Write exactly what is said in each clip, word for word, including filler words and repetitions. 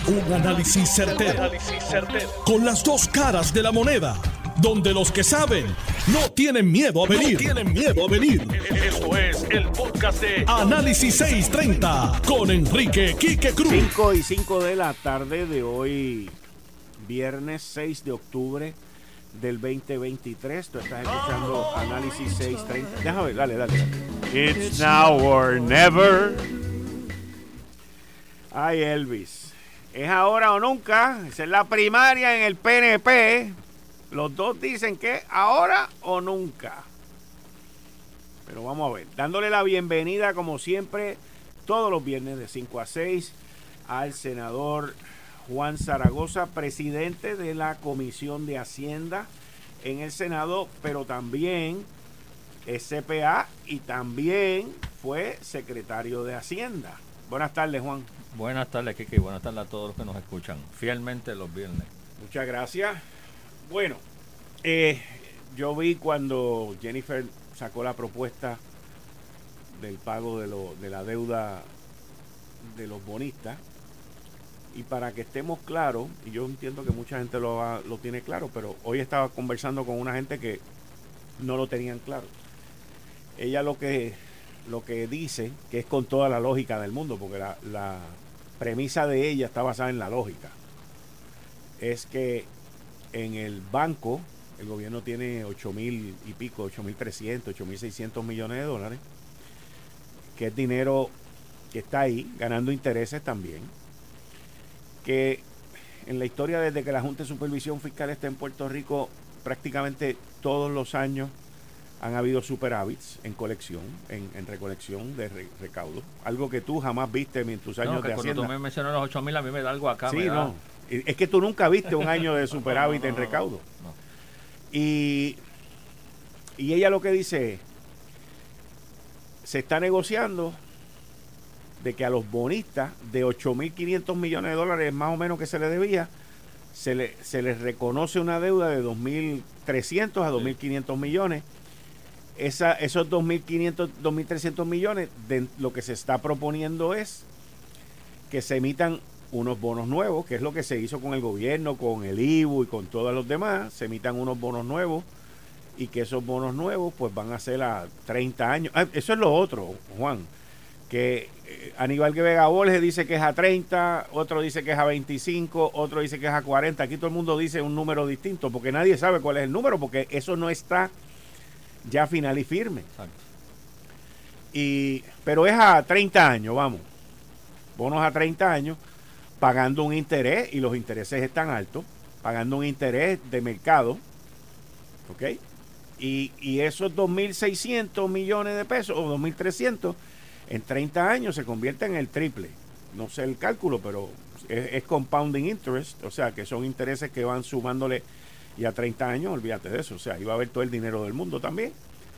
Un análisis certero, con las dos caras de la moneda, donde los que saben no tienen miedo a venir. No tienen miedo a venir. Esto es el podcast de Análisis seiscientos treinta con Enrique Quique Cruz. cinco y cinco de la tarde de hoy, viernes seis de octubre del veinte veintitrés. Tú estás escuchando Análisis seiscientos treinta. Déjame ver, dale, dale, dale. It's now or never. Ay, Elvis. ¿Es ahora o nunca? Esa es la primaria en el P N P. Los dos dicen que ahora o nunca. Pero vamos a ver. Dándole la bienvenida, como siempre, todos los viernes de cinco a seis, al senador Juan Zaragoza, presidente de la Comisión de Hacienda en el Senado, pero también es C P A y también fue secretario de Hacienda. Buenas tardes, Juan. Buenas tardes, Kiki. Buenas tardes a todos los que nos escuchan fielmente los viernes. Muchas gracias. Bueno, eh, yo vi cuando Jennifer sacó la propuesta del pago de, lo, de la deuda de los bonistas, y para que estemos claros, y yo entiendo que mucha gente lo, va, lo tiene claro, pero hoy estaba conversando con una gente que no lo tenían claro. Ella lo que, lo que dice, que es con toda la lógica del mundo, porque la, la premisa de ella está basada en la lógica, es que en el banco el gobierno tiene ocho mil y pico, ocho mil trescientos, ocho mil seiscientos millones de dólares, que es dinero que está ahí, ganando intereses también, que en la historia desde que la Junta de Supervisión Fiscal está en Puerto Rico, prácticamente todos los años han habido superávits en colección, en, en recolección de re, recaudo, algo que tú jamás viste en tus años no, que de cuando Hacienda. Tú me mencionas los ocho mil, a mí me da algo acá. Sí, me da... no, es que tú nunca viste un año de superávit no, no, no, en recaudo. No, no. Y, y ella lo que dice es, se está negociando de que a los bonistas de ocho mil quinientos millones de dólares más o menos que se les debía, se, le, se les reconoce una deuda de dos mil trescientos a dos mil quinientos millones. Esa, esos dos mil quinientos, dos mil trescientos millones, de, lo que se está proponiendo es que se emitan unos bonos nuevos, que es lo que se hizo con el gobierno, con el I B U y con todos los demás. Se emitan unos bonos nuevos y que esos bonos nuevos pues van a ser a treinta años. Ah, eso es lo otro, Juan, que eh, Aníbal Vega Borges dice que es a treinta, otro dice que es a veinticinco, otro dice que es a cuarenta. Aquí todo el mundo dice un número distinto porque nadie sabe cuál es el número, porque eso no está ya final y firme. Exacto. Y, pero es a treinta años, vamos. Bonos a treinta años, pagando un interés, y los intereses están altos, pagando un interés de mercado, ¿ok? Y, y esos dos mil seiscientos millones de pesos, o dos mil trescientos, en treinta años se convierten en el triple. No sé el cálculo, pero es, es compounding interest, o sea, que son intereses que van sumándole, y a treinta años, olvídate de eso, o sea, ahí va a haber todo el dinero del mundo también.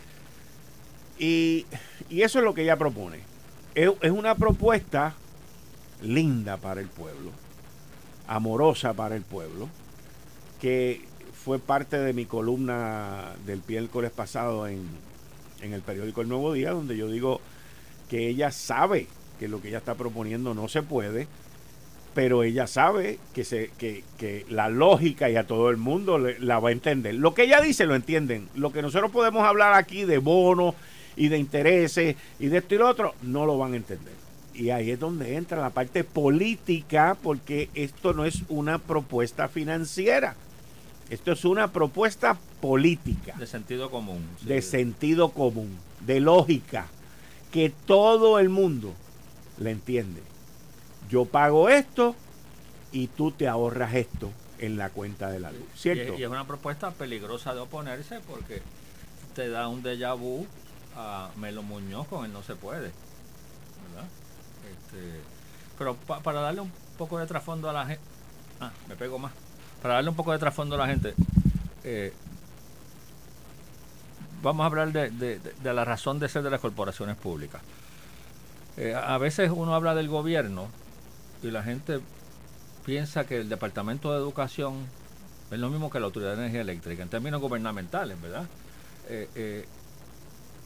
Y, y eso es lo que ella propone. Es, es una propuesta linda para el pueblo, amorosa para el pueblo, que fue parte de mi columna del miércoles pasado en, en el periódico El Nuevo Día, donde yo digo que ella sabe que lo que ella está proponiendo no se puede, pero ella sabe que, se, que, que la lógica y a todo el mundo le, la va a entender. Lo que ella dice lo entienden. Lo que nosotros podemos hablar aquí de bonos y de intereses y de esto y lo otro, no lo van a entender. Y ahí es donde entra la parte política, porque esto no es una propuesta financiera. Esto es una propuesta política. De sentido común. Sí. De sentido común, de lógica, que todo el mundo le entiende. Yo pago esto y tú te ahorras esto en la cuenta de la luz, ¿cierto? Y, y es una propuesta peligrosa de oponerse porque te da un déjà vu a Melo Muñoz con el no se puede, ¿verdad? Este, pero pa, para darle un poco de trasfondo a la gente, ah, me pego más, para darle un poco de trasfondo a la gente, eh, vamos a hablar de, de, de, de la razón de ser de las corporaciones públicas. Eh, a veces uno habla del gobierno y la gente piensa que el Departamento de Educación es lo mismo que la Autoridad de Energía Eléctrica, en términos gubernamentales, ¿verdad? Eh, eh,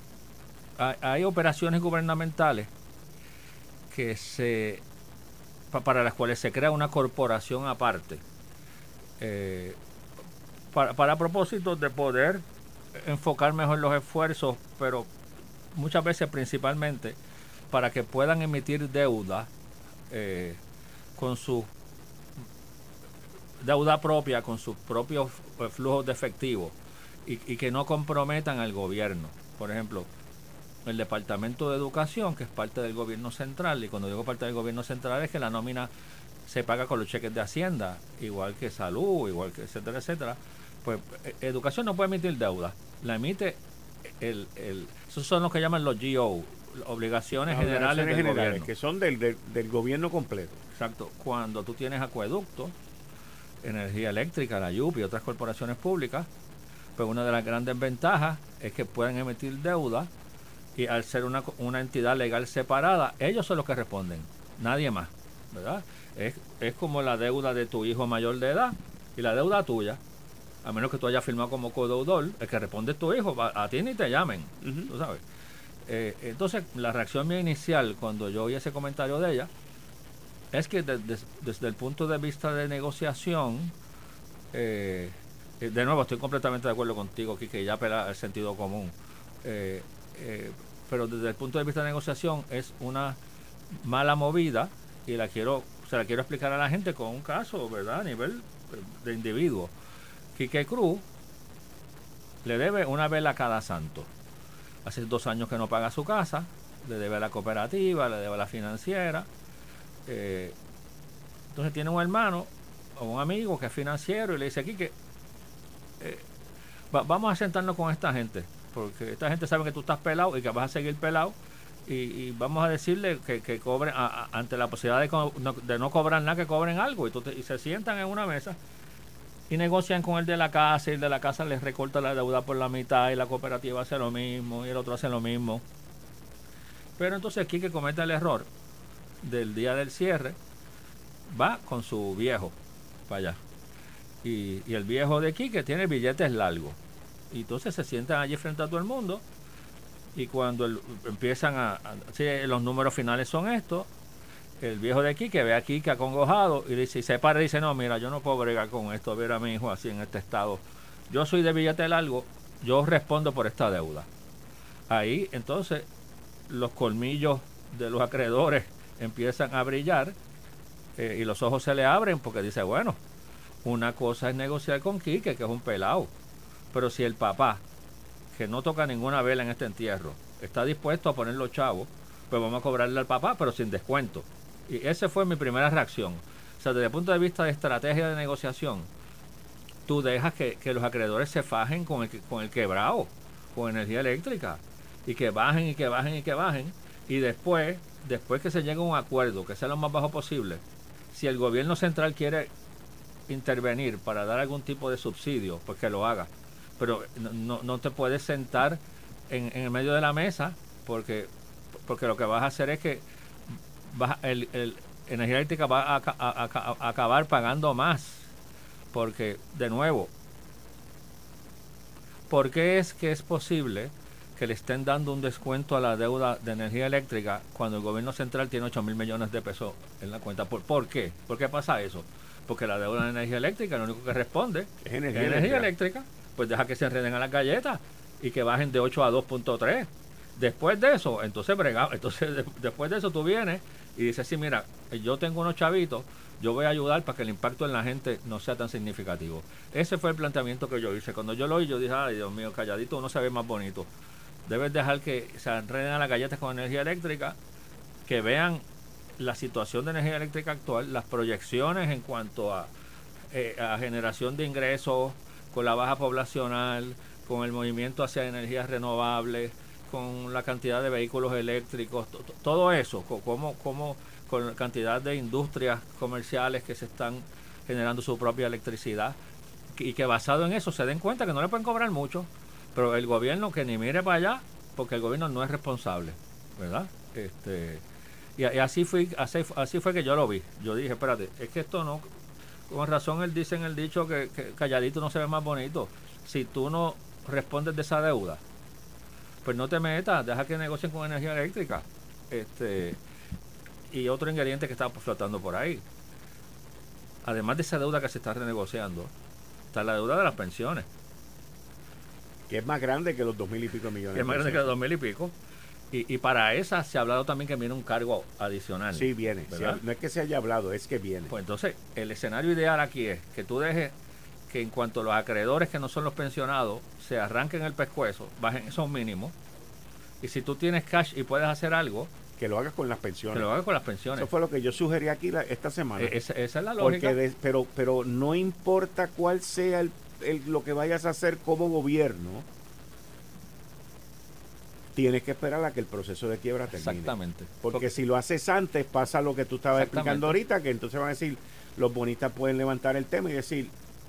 hay, hay operaciones gubernamentales que se pa, para las cuales se crea una corporación aparte, eh, para, para propósitos de poder enfocar mejor los esfuerzos, pero muchas veces principalmente para que puedan emitir deuda eh, con su deuda propia, con sus propios flujos de efectivo y, y que no comprometan al gobierno. Por ejemplo, el Departamento de Educación, que es parte del gobierno central, y cuando digo parte del gobierno central es que la nómina se paga con los cheques de Hacienda, igual que salud, igual que etcétera, etcétera. Pues educación no puede emitir deuda, la emite el, el esos son los que llaman los G O, obligaciones Las generales del generales, gobierno, que son del, del, del gobierno completo. Exacto. Cuando tú tienes acueductos, energía eléctrica, la U P y otras corporaciones públicas, pues una de las grandes ventajas es que pueden emitir deuda y al ser una, una entidad legal separada, ellos son los que responden, nadie más, ¿verdad? Es, es como la deuda de tu hijo mayor de edad y la deuda tuya, a menos que tú hayas firmado como codeudor, el que responde es tu hijo, a, a ti ni te llamen, uh-huh. Tú sabes. Eh, entonces, la reacción mía inicial cuando yo oí ese comentario de ella es que de, de, desde el punto de vista de negociación, eh, de nuevo estoy completamente de acuerdo contigo, Quique, ya pela el sentido común, eh, eh, pero desde el punto de vista de negociación es una mala movida y la quiero, se la quiero explicar a la gente con un caso, ¿verdad? A nivel de individuo. Quique Cruz le debe una vela a cada santo. Hace dos años que no paga su casa, le debe a la cooperativa, le debe a la financiera. Eh, entonces tiene un hermano o un amigo que es financiero y le dice aquí que eh, va, vamos a sentarnos con esta gente, porque esta gente sabe que tú estás pelado y que vas a seguir pelado y, y vamos a decirle que, que cobren a, a, ante la posibilidad de, co no, de no cobrar nada, que cobren algo y, tú te, y se sientan en una mesa y negocian con el de la casa y el de la casa les recorta la deuda por la mitad y la cooperativa hace lo mismo y el otro hace lo mismo. Pero entonces aquí que comete el error del día del cierre, va con su viejo para allá y, y el viejo de aquí que tiene billetes largos y entonces se sientan allí frente a todo el mundo y cuando el, empiezan a, a si los números finales son estos, el viejo de aquí que ve aquí que acongojado y dice, y se para y dice, no, mira, yo no puedo bregar con esto, ver a mi hijo así en este estado, yo soy de billete largo, yo respondo por esta deuda. Ahí entonces los colmillos de los acreedores empiezan a brillar eh, y los ojos se le abren porque dice, bueno, una cosa es negociar con Quique, que es un pelado, pero si el papá, que no toca ninguna vela en este entierro, está dispuesto a poner los chavos, pues vamos a cobrarle al papá, pero sin descuento. Y esa fue mi primera reacción. O sea, desde el punto de vista de estrategia de negociación, tú dejas que, que los acreedores se fajen con el, con el quebrado, con energía eléctrica, y que bajen y que bajen y que bajen, y después, después que se llegue a un acuerdo, que sea lo más bajo posible, si el gobierno central quiere intervenir para dar algún tipo de subsidio, pues que lo haga. Pero no, no te puedes sentar en, en el medio de la mesa, porque, porque lo que vas a hacer es que vas, el, el energía eléctrica va a, a, a, a acabar pagando más. Porque, de nuevo, ¿por qué es que es posible que le estén dando un descuento a la deuda de energía eléctrica cuando el gobierno central tiene ocho mil millones de pesos en la cuenta? ¿Por, ¿Por qué? ¿Por qué pasa eso? Porque la deuda de energía eléctrica, lo único que responde es energía, es energía eléctrica. eléctrica, pues deja que se enreden a las galletas y que bajen de ocho a dos punto tres. Después de eso, entonces brega, entonces de, después de eso tú vienes y dices, sí, mira, yo tengo unos chavitos, yo voy a ayudar para que el impacto en la gente no sea tan significativo. Ese fue el planteamiento que yo hice. Cuando yo lo oí, yo dije, ay, Dios mío, calladito uno se ve más bonito. Debes dejar que se enreden a las galletas con energía eléctrica, que vean la situación de energía eléctrica actual, las proyecciones en cuanto a, eh, a generación de ingresos, con la baja poblacional, con el movimiento hacia energías renovables, con la cantidad de vehículos eléctricos, todo eso, como, como con la cantidad de industrias comerciales que se están generando su propia electricidad, y que basado en eso se den cuenta que no le pueden cobrar mucho, pero el gobierno que ni mire para allá, porque el gobierno no es responsable, ¿verdad? Este, y, y así fui, así, así fue que yo lo vi. Yo dije, espérate, es que esto no, con razón él dice en el dicho que, que calladito no se ve más bonito. Si tú no respondes de esa deuda, pues no te metas, deja que negocien con energía eléctrica. Este, y otro ingrediente que está flotando por ahí. Además de esa deuda que se está renegociando, está la deuda de las pensiones. Que es más grande que los dos mil y pico millones. Que es más grande que los dos mil y pico. Y, y para esa se ha hablado también que viene un cargo adicional. Sí, viene. Sí, no es que se haya hablado, es que viene. Pues entonces, el escenario ideal aquí es que tú dejes que en cuanto a los acreedores que no son los pensionados se arranquen el pescuezo, bajen esos mínimos. Y si tú tienes cash y puedes hacer algo, que lo hagas con las pensiones. Que lo hagas con las pensiones. Eso fue lo que yo sugerí aquí la, esta semana. E esa, esa es la lógica. Porque de, pero, pero no importa cuál sea el, el, lo que vayas a hacer como gobierno, tienes que esperar a que el proceso de quiebra termine. Exactamente. Porque, Porque si lo haces antes, pasa lo que tú estabas explicando ahorita, que entonces van a decir, los bonistas pueden levantar el tema y decir,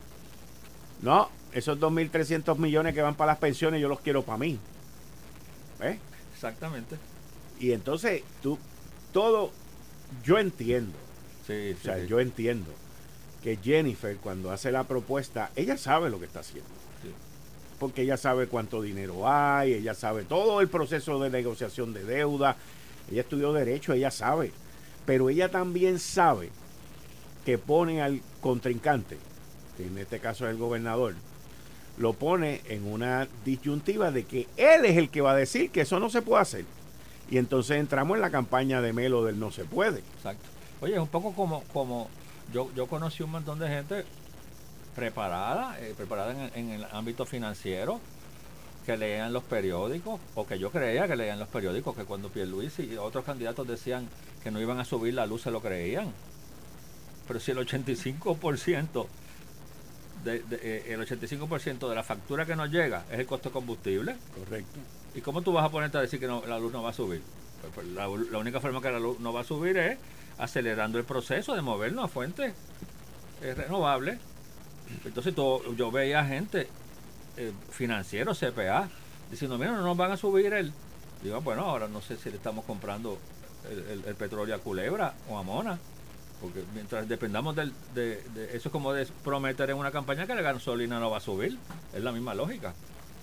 no, esos dos mil trescientos millones que van para las pensiones yo los quiero para mí. ¿Ves? Exactamente. Y entonces, tú, todo, yo entiendo, sí, o sea, sí. yo entiendo que Jennifer cuando hace la propuesta, ella sabe lo que está haciendo. Sí. Porque ella sabe cuánto dinero hay, ella sabe todo el proceso de negociación de deuda, ella estudió Derecho, ella sabe, pero ella también sabe que pone al contrincante, que en este caso es el gobernador, lo pone en una disyuntiva de que él es el que va a decir que eso no se puede hacer. Y entonces entramos en la campaña de Melo del no se puede. Exacto. Oye, es un poco como, como yo, yo conocí un montón de gente preparada, eh, preparada en, en el ámbito financiero, que leían los periódicos, o que yo creía que leían los periódicos, que cuando Pierluisi y otros candidatos decían que no iban a subir la luz, se lo creían. Pero si el ochenta y cinco por ciento de, de, eh, el ochenta y cinco por ciento de la factura que nos llega es el costo de combustible. Correcto. ¿Y cómo tú vas a ponerte a decir que no, la luz no va a subir? Pues, pues la, la única forma que la luz no va a subir es acelerando el proceso de movernos a fuentes eh, renovables. Entonces todo, yo veía gente eh, financiero, C P A, diciendo, mira, no nos van a subir el... Digo, bueno, ahora no sé si le estamos comprando el, el, el petróleo a Culebra o a Mona, porque mientras dependamos del, de, de... Eso es como de prometer en una campaña que la gasolina no va a subir. Es la misma lógica.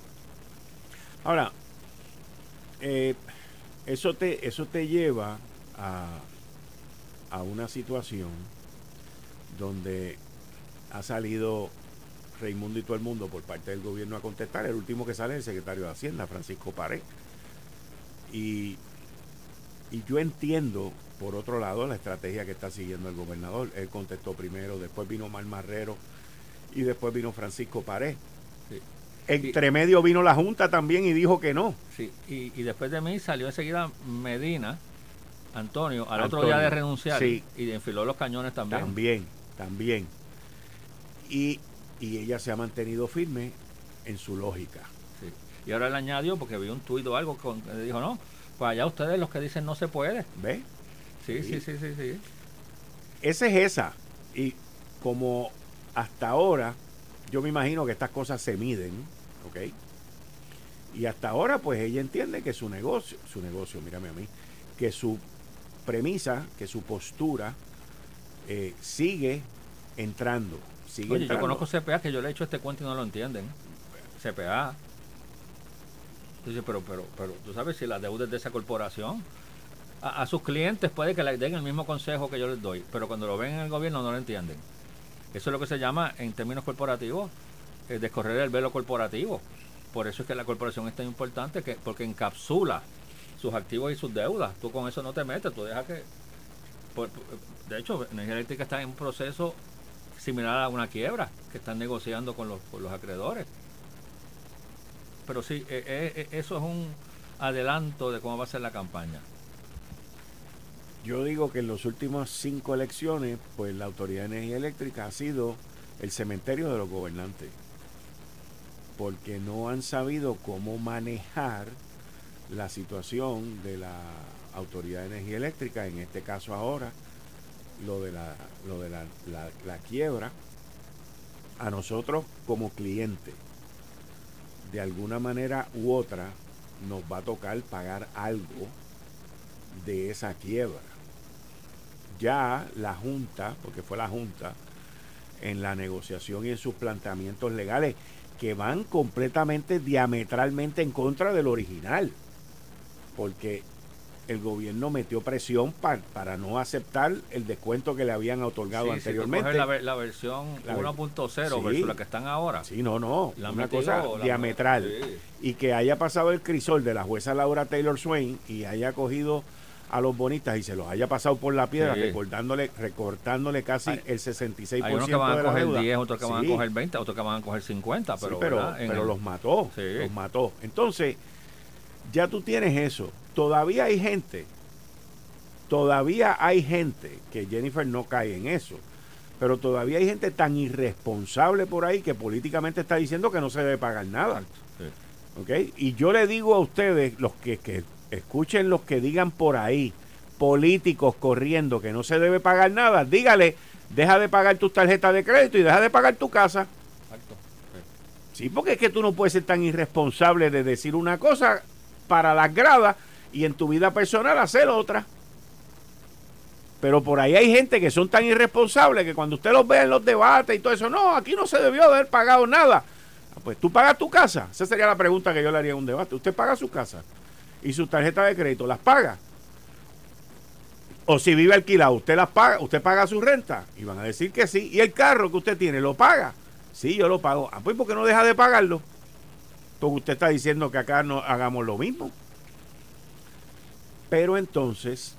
Ahora, eh, eso te, eso te lleva a, a una situación donde ha salido Raimundo y todo el mundo por parte del gobierno a contestar. El último que sale es el secretario de Hacienda, Francisco Pared. Y, y yo entiendo, por otro lado, la estrategia que está siguiendo el gobernador. Él contestó primero, después vino Mar Marrero y después vino Francisco Pared. Sí. Entre y, medio vino la Junta también y dijo que no. Sí, y, y después de mí salió enseguida Medina, Antonio, al Antonio, otro día de renunciar, sí, y enfiló los cañones también. También, también. Y, y ella se ha mantenido firme en su lógica. Sí. Y ahora le añadió, porque vi un tuit o algo con, que dijo, no, pues allá ustedes los que dicen no se puede. ¿Ves? Sí, sí, sí, sí, sí, sí. Esa es esa. Y como hasta ahora, yo me imagino que estas cosas se miden, ¿ok? Y hasta ahora, pues ella entiende que su negocio, su negocio, mírame a mí, que su premisa, que su postura eh, sigue entrando. Sigue Oye, entrando. yo conozco C P A que yo le he hecho este cuento y no lo entienden. C P A. Dice, pero, pero, pero, tú sabes si la deuda es de esa corporación. A, a sus clientes puede que le den el mismo consejo que yo les doy, pero cuando lo ven en el gobierno no lo entienden. Eso es lo que se llama, en términos corporativos, eh, descorrer el velo corporativo. Por eso es que la corporación es tan importante, que porque encapsula sus activos y sus deudas. Tú con eso no te metes, tú dejas que... Por, de hecho, Energía Eléctrica está en un proceso similar a una quiebra, que están negociando con los, con los acreedores. Pero sí, eh, eh, eso es un adelanto de cómo va a ser la campaña. Yo digo que en las últimas cinco elecciones, pues la Autoridad de Energía Eléctrica ha sido el cementerio de los gobernantes, porque no han sabido cómo manejar la situación de la Autoridad de Energía Eléctrica, en este caso ahora, lo de la, lo de la, la, la quiebra. A nosotros como clientes, de alguna manera u otra, nos va a tocar pagar algo de esa quiebra. Ya la Junta, porque fue la Junta, en la negociación y en sus planteamientos legales, que van completamente, diametralmente en contra del original, porque el gobierno metió presión pa, para no aceptar el descuento que le habían otorgado sí, anteriormente. Si la, la versión uno punto cero sí, versus la que están ahora. Sí, no, no. La una cosa la diametral. Sí. Y que haya pasado el crisol de la jueza Laura Taylor Swain y haya cogido a los bonistas y se los haya pasado por la piedra, sí. recortándole, recortándole casi Ay, el sesenta y seis por ciento de la deuda. Hay unos que van a coger diez, otros que sí. van a coger veinte, otros que van a coger cincuenta. Pero, sí, pero, pero el... los mató, sí. los mató. Entonces, ya tú tienes eso. Todavía hay gente, todavía hay gente, que Jennifer no cae en eso, pero todavía hay gente tan irresponsable por ahí que políticamente está diciendo que no se debe pagar nada. Sí. ¿Okay? Y yo le digo a ustedes, los que... que escuchen los que digan por ahí, políticos corriendo que no se debe pagar nada, dígale, deja de pagar tus tarjetas de crédito y deja de pagar tu casa. Exacto. Sí, porque es que tú no puedes ser tan irresponsable de decir una cosa para las gradas y en tu vida personal hacer otra. Pero por ahí hay gente que son tan irresponsables que cuando usted los ve en los debates y todo eso, no, aquí no se debió haber pagado nada. Pues tú pagas tu casa. Esa sería la pregunta que yo le haría en un debate. ¿Usted paga su casa? Y sus tarjetas de crédito, ¿las paga? O si vive alquilado, ¿usted las paga? ¿Usted paga su renta? Y van a decir que sí. ¿Y el carro que usted tiene, lo paga? Sí, yo lo pago. Ah, pues ¿por qué no deja de pagarlo? Porque usted está diciendo que acá no hagamos lo mismo. Pero entonces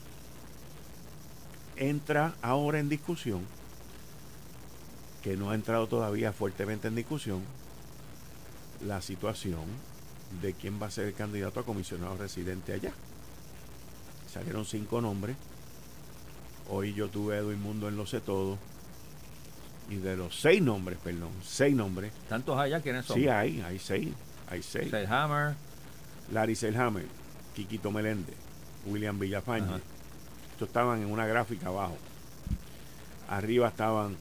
entra ahora en discusión, que no ha entrado todavía fuertemente en discusión, la situación de quién va a ser el candidato a comisionado residente allá. Salieron cinco nombres. Hoy yo tuve a Edwin Mundo en Lo Sé Todo. Y de los seis nombres, perdón, seis nombres. ¿Tantos allá? ¿Quiénes son? Sí, hay, hay seis. Hay seis. Selhammer. Larry Selhammer, Quiquito Meléndez, William Villafañe. Ajá. Estos estaban en una gráfica abajo. Arriba estaban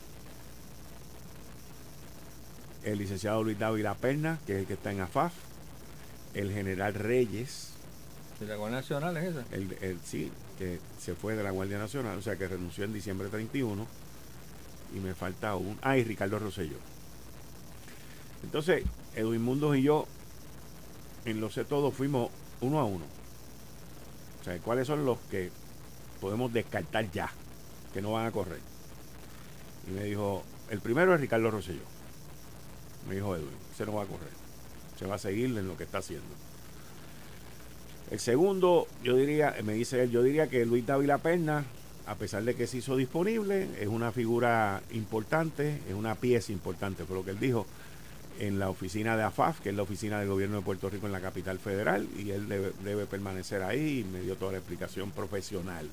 el licenciado Luis Dávila Perna, que es el que está en A F A F. El general Reyes. ¿De la Guardia Nacional es esa? El, el, sí, que se fue de la Guardia Nacional, o sea que renunció en diciembre treinta y uno. Y me falta un... Ah, y Ricardo Rosselló. Entonces, Edwin Mundos y yo, en Lo Sé Todo, fuimos uno a uno. O sea, ¿cuáles son los que podemos descartar ya? Que no van a correr. Y me dijo, el primero es Ricardo Rosselló. Me dijo Edwin, ese no va a correr. Se va a seguir en lo que está haciendo. El segundo, yo diría, me dice él, yo diría que Luis Dávila Perna, a pesar de que se hizo disponible, es una figura importante, es una pieza importante, fue lo que él dijo, en la oficina de A F A F, que es la oficina del gobierno de Puerto Rico en la capital federal, y él debe, debe permanecer ahí, y me dio toda la explicación profesional.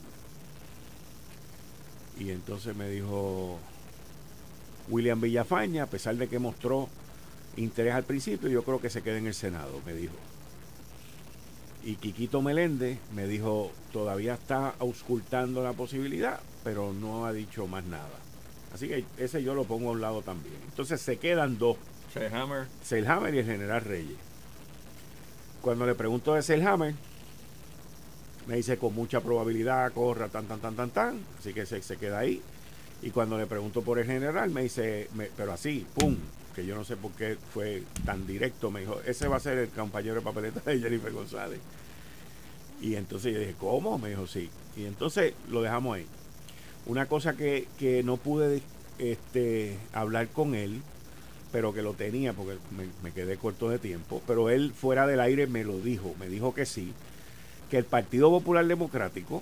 Y entonces me dijo William Villafañe, a pesar de que mostró interés al principio, yo creo que se queda en el Senado, me dijo. Y Quiquito Meléndez me dijo, todavía está auscultando la posibilidad, pero no ha dicho más nada. Así que ese yo lo pongo a un lado también. Entonces se quedan dos. Selhammer. Selhammer y el general Reyes. Cuando le pregunto de Selhammer, me dice con mucha probabilidad corra tan, tan, tan, tan, tan. Así que se, se queda ahí. Y cuando le pregunto por el general, me dice, me, pero así, pum, que yo no sé por qué fue tan directo, me dijo, ese va a ser el compañero de papeleta de Jennifer González. Y entonces yo dije, ¿cómo? Me dijo, sí. Y entonces lo dejamos ahí. Una cosa que, que no pude este, hablar con él, pero que lo tenía porque me, me quedé corto de tiempo, pero él fuera del aire me lo dijo, me dijo que sí, que el Partido Popular Democrático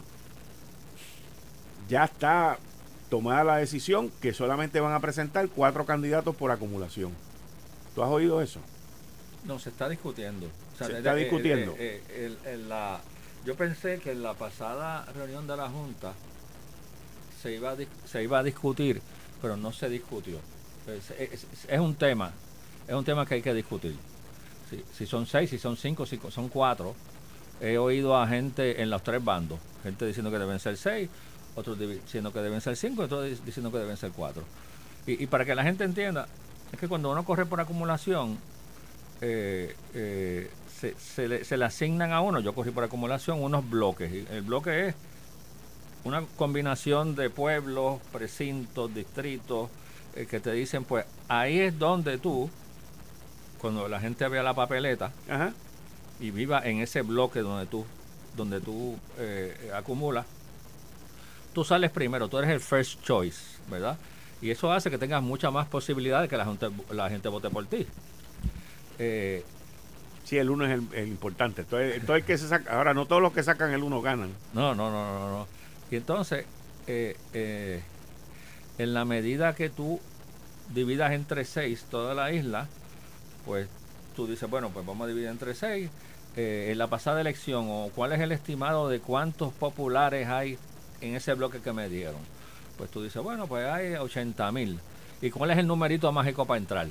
ya está tomada la decisión que solamente van a presentar cuatro candidatos por acumulación. ¿Tú has oído eso? No, se está discutiendo. O sea, se está el, discutiendo. El, el, el, el, la, yo pensé que en la pasada reunión de la Junta se iba a, se iba a discutir, pero no se discutió. Es, es, es un tema, es un tema que hay que discutir. Si, si son seis, si son cinco, si son cuatro. He oído a gente en los tres bandos, gente diciendo que deben ser seis, otros diciendo que deben ser cinco, otros diciendo que deben ser cuatro. Y, y para que la gente entienda, es que cuando uno corre por acumulación, eh, eh, se, se, le, se le asignan a uno, yo corrí por acumulación, unos bloques. Y el bloque es una combinación de pueblos, precintos, distritos, eh, que te dicen, pues ahí es donde tú, cuando la gente vea la papeleta, ajá, y viva en ese bloque donde tú donde tú eh, acumulas, tú sales primero, tú eres el first choice, ¿verdad? Y eso hace que tengas muchas más posibilidades que la gente, la gente vote por ti. Eh, sí, el uno es el, el importante. Entonces, entonces que se saca, ahora no todos los que sacan el uno ganan. No, no, no, no, no. Y entonces, eh, eh, en la medida que tú dividas entre seis toda la isla, pues tú dices, bueno, pues vamos a dividir entre seis. Eh, en la pasada elección, o cuál es el estimado de cuántos populares hay en ese bloque que me dieron. Pues tú dices, bueno, pues hay ochenta mil. ¿Y cuál es el numerito mágico para entrar?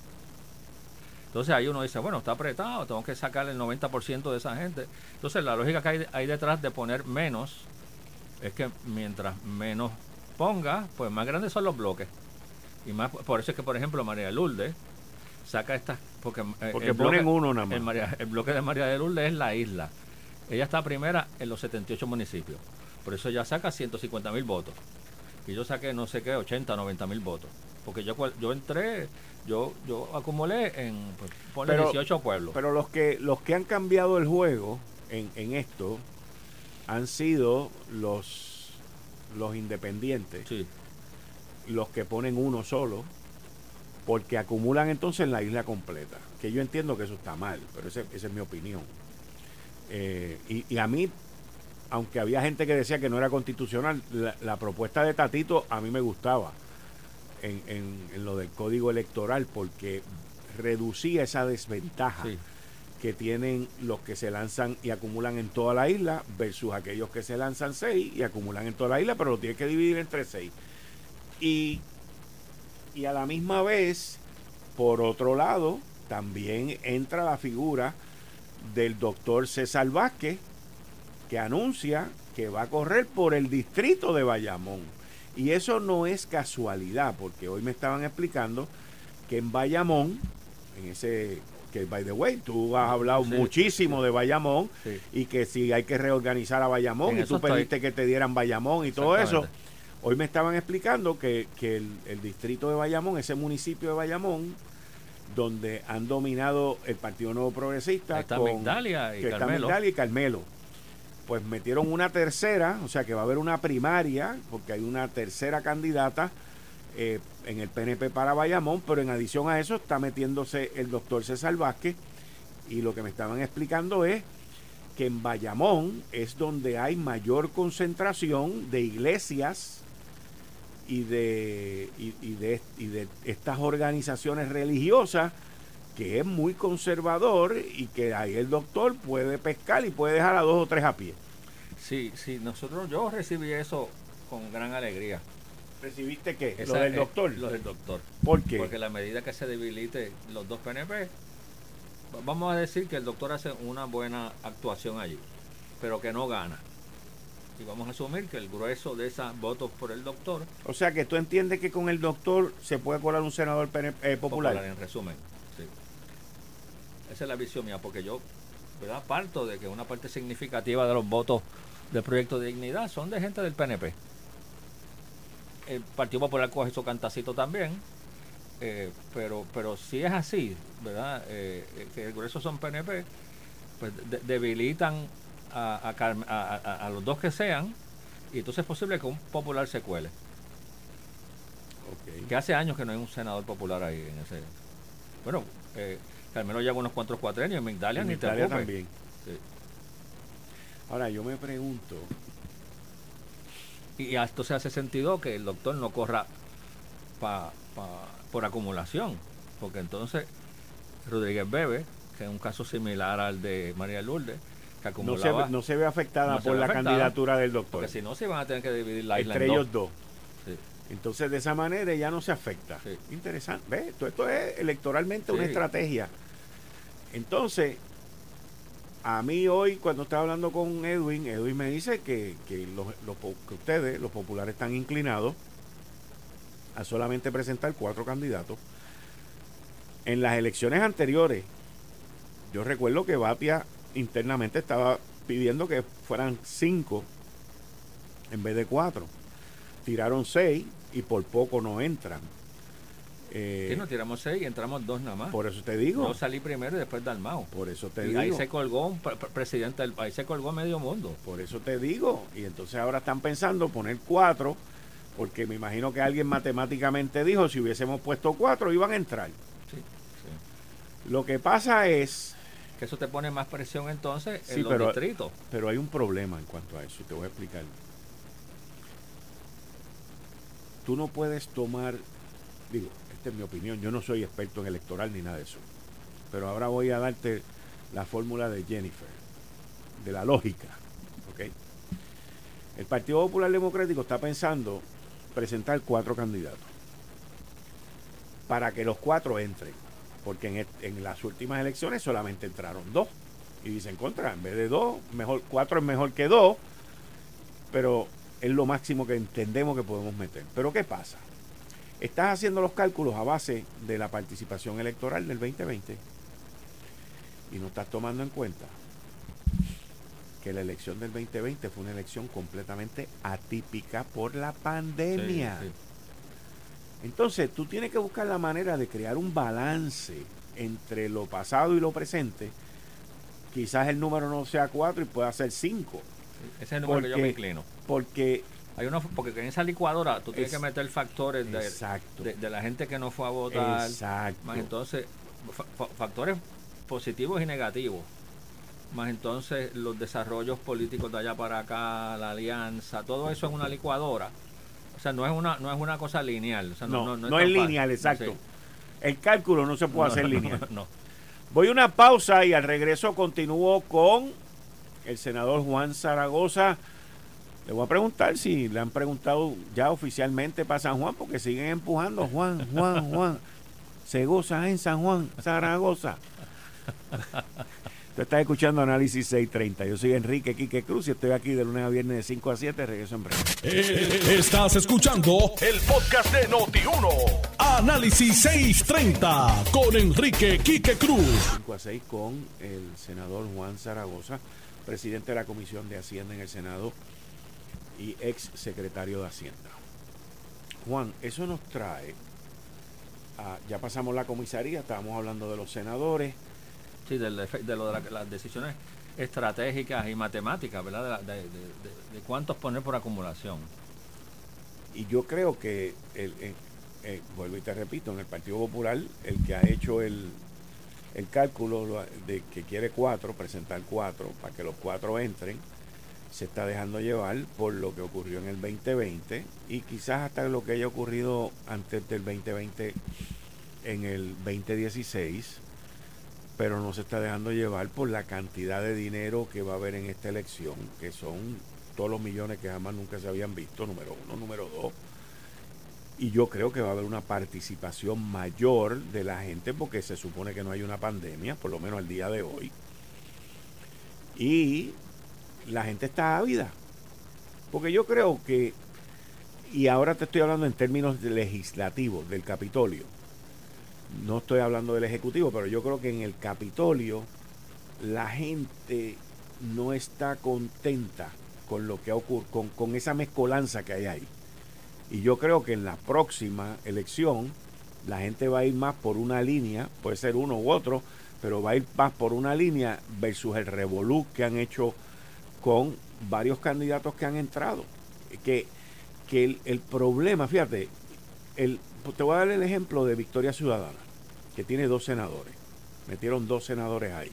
Entonces ahí uno dice, bueno, está apretado, tengo que sacar el noventa por ciento de esa gente. Entonces la lógica que hay, hay detrás de poner menos es que mientras menos ponga, pues más grandes son los bloques. Y más, por eso es que, por ejemplo, María de Lourdes saca estas, porque, porque el ponen bloque, uno nada más. El, María, el bloque de María de Lourdes es la isla. Ella está primera en los setenta y ocho municipios. Por eso ella saca ciento cincuenta mil votos. Y yo saqué, no sé qué, ochenta, noventa mil votos. Porque yo yo entré, yo yo acumulé en pues, ponle pero, dieciocho pueblos. Pero los que los que han cambiado el juego en, en esto han sido los, los independientes. Sí. Los que ponen uno solo. Porque acumulan entonces la isla completa. Que yo entiendo que eso está mal, pero ese, esa es mi opinión. Eh, y, y a mí, aunque había gente que decía que no era constitucional, la, la propuesta de Tatito a mí me gustaba en, en, en lo del código electoral, porque reducía esa desventaja sí. que tienen los que se lanzan y acumulan en toda la isla versus aquellos que se lanzan seis y acumulan en toda la isla, pero lo tienes que dividir entre seis. Y, y a la misma vez, por otro lado, también entra la figura del doctor César Vázquez, que anuncia que va a correr por el distrito de Bayamón. Y eso no es casualidad, porque hoy me estaban explicando que en Bayamón, en ese, que by the way, tú has hablado sí, muchísimo sí, de Bayamón, sí. y que si hay que reorganizar a Bayamón, en y tú pediste que te dieran Bayamón y todo eso. Hoy me estaban explicando que, que el, el distrito de Bayamón, ese municipio de Bayamón, donde han dominado el Partido Nuevo Progresista, está con, Migdalia y que Carmelo. Está Migdalia y Carmelo. Pues metieron una tercera, o sea que va a haber una primaria, porque hay una tercera candidata eh, en el P N P para Bayamón, pero en adición a eso está metiéndose el doctor César Vázquez, y lo que me estaban explicando es que en Bayamón es donde hay mayor concentración de iglesias y de, y, y de, y de estas organizaciones religiosas, que es muy conservador y que ahí el doctor puede pescar y puede dejar a dos o tres a pie. Sí, sí, nosotros, yo recibí eso con gran alegría. ¿Recibiste qué? Esa, ¿Lo del doctor? Eh, lo del doctor. ¿Por qué? Porque a la medida que se debilite los dos P N P, vamos a decir que el doctor hace una buena actuación allí, pero que no gana. Y vamos a asumir que el grueso de esos votos por el doctor... O sea, que tú entiendes que con el doctor se puede colar un senador P N P, eh, popular. Popular, en resumen. Sí. Esa es la visión mía, porque yo, ¿verdad?, parto de que una parte significativa de los votos del Proyecto de Dignidad son de gente del P N P. El Partido Popular coge su cantacito también, eh, pero pero si es así, ¿verdad?, eh, que el grueso son P N P, pues de, debilitan a, a, a, a, a los dos que sean, y entonces es posible que un popular se cuele. Okay. Que hace años que no hay un senador popular ahí en ese... Bueno, eh, Carmelo lleva unos cuantos cuatrenios, en Migdalia, en ni Migdalia te también. Sí. Ahora, yo me pregunto... Y, y esto se hace sentido que el doctor no corra pa, pa, por acumulación, porque entonces Rodríguez Bebe, que es un caso similar al de María Lourdes, que acumulaba... No se, no se ve afectada no por la afectada, candidatura del doctor. Porque si no, se van a tener que dividir la isla entre en ellos dos. dos. Sí. Entonces, de esa manera ya no se afecta. Sí. Interesante. ¿Ves? Esto, esto es electoralmente sí. una estrategia. Entonces, a mí hoy, cuando estaba hablando con Edwin, Edwin me dice que, que, los, los, que ustedes, los populares, están inclinados a solamente presentar cuatro candidatos. En las elecciones anteriores, yo recuerdo que Batia internamente estaba pidiendo que fueran cinco en vez de cuatro. Tiraron seis y por poco no entran. Eh, sí, nos tiramos seis y entramos dos nada más. Por eso te digo. Yo salí primero y después Dalmau. Por eso te y digo. Ahí se colgó un pre presidente del país, se colgó medio mundo. Por eso te digo. Y entonces ahora están pensando poner cuatro, porque me imagino que alguien matemáticamente dijo, si hubiésemos puesto cuatro, iban a entrar. Sí, sí. Lo que pasa es... que eso te pone más presión entonces en sí, los pero, distritos. Pero hay un problema en cuanto a eso, y te voy a explicar. Tú no puedes tomar... digo, esta es mi opinión, yo no soy experto en electoral ni nada de eso, pero ahora voy a darte la fórmula de Jennifer, de la lógica, ¿ok? El Partido Popular Democrático está pensando presentar cuatro candidatos para que los cuatro entren, porque en, en las últimas elecciones solamente entraron dos, y dicen contra, en vez de dos, mejor cuatro es mejor que dos, pero es lo máximo que entendemos que podemos meter. Pero ¿qué pasa? Estás haciendo los cálculos a base de la participación electoral del veinte veinte y no estás tomando en cuenta que la elección del veinte veinte fue una elección completamente atípica por la pandemia. Sí, sí. Entonces, tú tienes que buscar la manera de crear un balance entre lo pasado y lo presente. Quizás el número no sea cuatro y pueda ser cinco. Ese es el número porque, que yo me inclino. Porque... hay uno, porque en esa licuadora tú tienes es, que meter factores de, de, de la gente que no fue a votar. Exacto. Más entonces, fa, factores positivos y negativos. Más entonces los desarrollos políticos de allá para acá, la alianza, todo eso en una licuadora. O sea, no es una, no es una cosa lineal. O sea, no, no, no, no, no es, es lineal, exacto. Sí. El cálculo no se puede no, hacer no, lineal. No, no. Voy a una pausa y al regreso continúo con el senador Juan Zaragoza. Le voy a preguntar si le han preguntado ya oficialmente para San Juan, porque siguen empujando Juan, Juan, Juan. Se goza en San Juan, Zaragoza. Tú estás escuchando Análisis seiscientos treinta. Yo soy Enrique Quique Cruz y estoy aquí de lunes a viernes de cinco a siete. Regreso en breve. Eh, estás escuchando el podcast de Noti uno. Análisis seiscientos treinta con Enrique Quique Cruz. cinco a seis con el senador Juan Zaragoza, presidente de la Comisión de Hacienda en el Senado y ex secretario de Hacienda. Juan, eso nos trae a, ya pasamos la comisaría, estábamos hablando de los senadores. Sí, del, de lo de la, las decisiones estratégicas y matemáticas, ¿verdad? De, de, de, de, de cuántos poner por acumulación. Y yo creo que, el, el, el, vuelvo y te repito, en el Partido Popular, el que ha hecho el, el cálculo de que quiere cuatro, presentar cuatro, para que los cuatro entren, se está dejando llevar por lo que ocurrió en el veinte veinte y quizás hasta lo que haya ocurrido antes del veinte veinte en el veinte dieciséis, pero no se está dejando llevar por la cantidad de dinero que va a haber en esta elección, que son todos los millones que jamás nunca se habían visto, número uno, número dos. Y yo creo que va a haber una participación mayor de la gente porque se supone que no hay una pandemia, por lo menos al día de hoy. Y la gente está ávida. Porque yo creo que, y ahora te estoy hablando en términos legislativos del Capitolio, no estoy hablando del Ejecutivo, pero yo creo que en el Capitolio la gente no está contenta con lo que ha ocurrido, con, con esa mezcolanza que hay ahí. Y yo creo que en la próxima elección la gente va a ir más por una línea, puede ser uno u otro, pero va a ir más por una línea versus el revolú que han hecho con varios candidatos que han entrado. Que, que el, el problema, fíjate, el, te voy a dar el ejemplo de Victoria Ciudadana, que tiene dos senadores. Metieron dos senadores ahí.